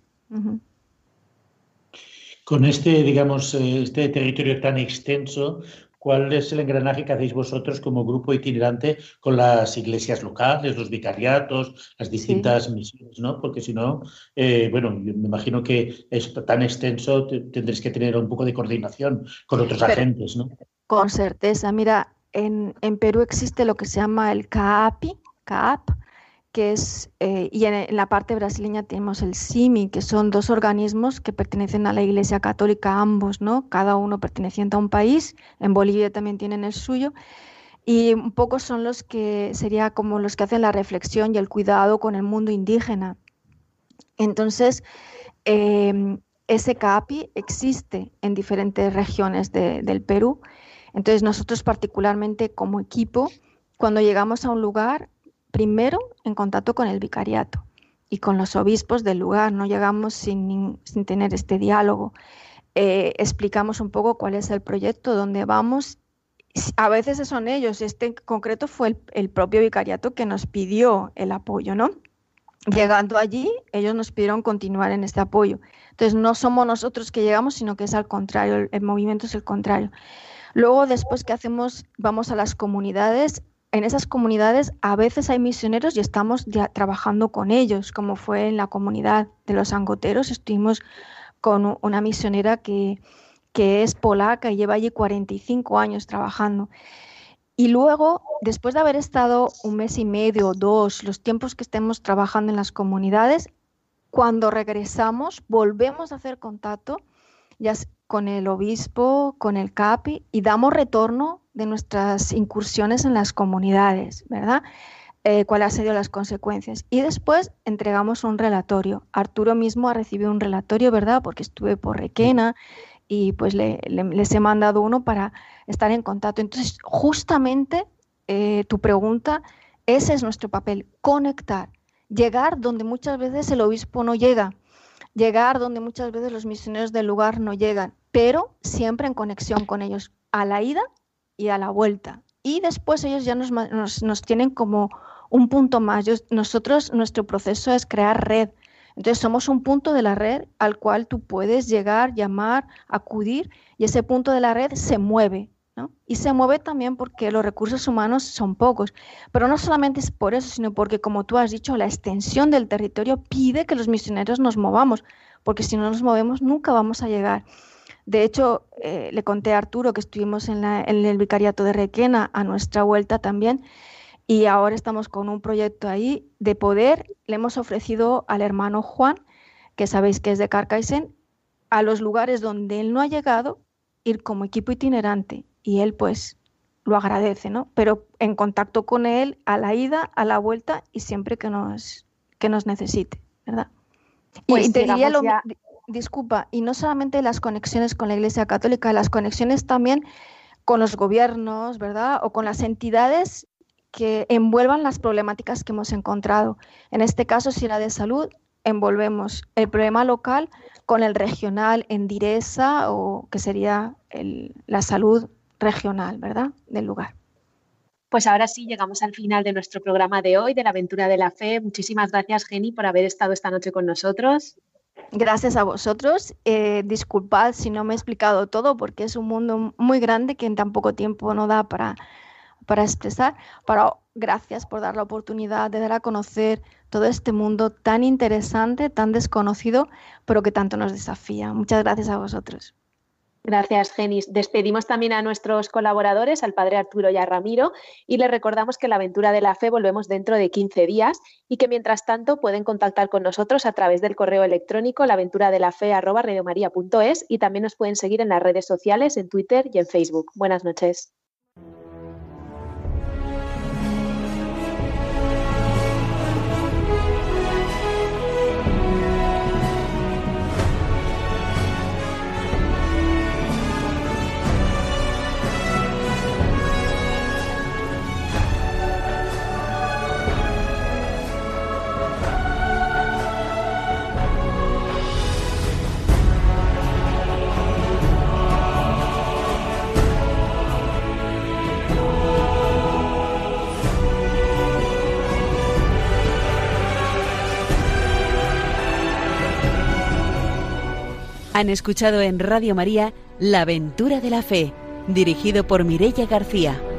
Con este territorio tan extenso, ¿cuál es el engranaje que hacéis vosotros como grupo itinerante con las iglesias locales, los vicariatos, las distintas misiones, ¿no? Porque si no, bueno, yo me imagino que es tan extenso, tendréis que tener un poco de coordinación con otros agentes, ¿no? Con certeza. Mira, en Perú existe lo que se llama el CAAP, que es, y en la parte brasileña tenemos el CIMI, que son dos organismos que pertenecen a la Iglesia Católica, ambos, ¿no?, cada uno perteneciente a un país. En Bolivia también tienen el suyo, y un poco son los que, sería como los que hacen la reflexión y el cuidado con el mundo indígena. Entonces, ese CAPI existe en diferentes regiones del Perú. Entonces nosotros particularmente como equipo, cuando llegamos a un lugar, primero en contacto con el vicariato y con los obispos del lugar, no llegamos sin tener este diálogo. Explicamos un poco cuál es el proyecto, dónde vamos. A veces son ellos, este en concreto fue el propio vicariato que nos pidió el apoyo, ¿no? Llegando allí, ellos nos pidieron continuar en este apoyo. Entonces, no somos nosotros que llegamos, sino que es al contrario, el movimiento es el contrario. Luego, después que hacemos, vamos a las comunidades. En esas comunidades a veces hay misioneros y estamos ya trabajando con ellos, como fue en la comunidad de los angoteros. Estuvimos con una misionera que es polaca y lleva allí 45 años trabajando. Y luego, después de haber estado 1 mes y medio o 2, los tiempos que estemos trabajando en las comunidades, cuando regresamos, volvemos a hacer contacto ya con el obispo, con el CAPI, y damos retorno de nuestras incursiones en las comunidades, ¿verdad? Cuáles han sido las consecuencias. Y después entregamos un relatorio. Arturo mismo ha recibido un relatorio, ¿verdad? Porque estuve por Requena y pues les he mandado uno para estar en contacto. Entonces, justamente tu pregunta, ese es nuestro papel, conectar, llegar donde muchas veces el obispo no llega, llegar donde muchas veces los misioneros del lugar no llegan, pero siempre en conexión con ellos, a la ida y a la vuelta. Y después ellos ya nos tienen como un punto más. Nuestro proceso es crear red. Entonces somos un punto de la red al cual tú puedes llegar, llamar, acudir, y ese punto de la red se mueve, ¿no? Y se mueve también porque los recursos humanos son pocos, pero no solamente es por eso, sino porque, como tú has dicho, la extensión del territorio pide que los misioneros nos movamos, porque si no nos movemos nunca vamos a llegar. De hecho, le conté a Arturo que estuvimos en el vicariato de Requena a nuestra vuelta también, y ahora estamos con un proyecto ahí de poder. Le hemos ofrecido al hermano Juan, que sabéis que es de Carcaixent, a los lugares donde él no ha llegado, ir como equipo itinerante, y él pues lo agradece, ¿no? Pero en contacto con él a la ida, a la vuelta y siempre que nos necesite, ¿verdad? Pues y te diría ya... disculpa, y no solamente las conexiones con la Iglesia Católica, las conexiones también con los gobiernos, ¿verdad? O con las entidades que envuelvan las problemáticas que hemos encontrado. En este caso, si era de salud, envolvemos el problema local con el regional en Direza, o que sería la salud regional, ¿verdad?, del lugar. Pues ahora sí, llegamos al final de nuestro programa de hoy, de la Aventura de la Fe. Muchísimas gracias, Geni, por haber estado esta noche con nosotros. Gracias a vosotros. Disculpad si no me he explicado todo, porque es un mundo muy grande que en tan poco tiempo no da para expresar, pero gracias por dar la oportunidad de dar a conocer todo este mundo tan interesante, tan desconocido, pero que tanto nos desafía. Muchas gracias a vosotros. Gracias, Genis. Despedimos también a nuestros colaboradores, al padre Arturo y a Ramiro, y les recordamos que la Aventura de la Fe volvemos dentro de 15 días y que mientras tanto pueden contactar con nosotros a través del correo electrónico laventuradelafe@radiomaria.es, y también nos pueden seguir en las redes sociales, en Twitter y en Facebook. Buenas noches. Han escuchado en Radio María La Aventura de la Fe, dirigido por Mireia García.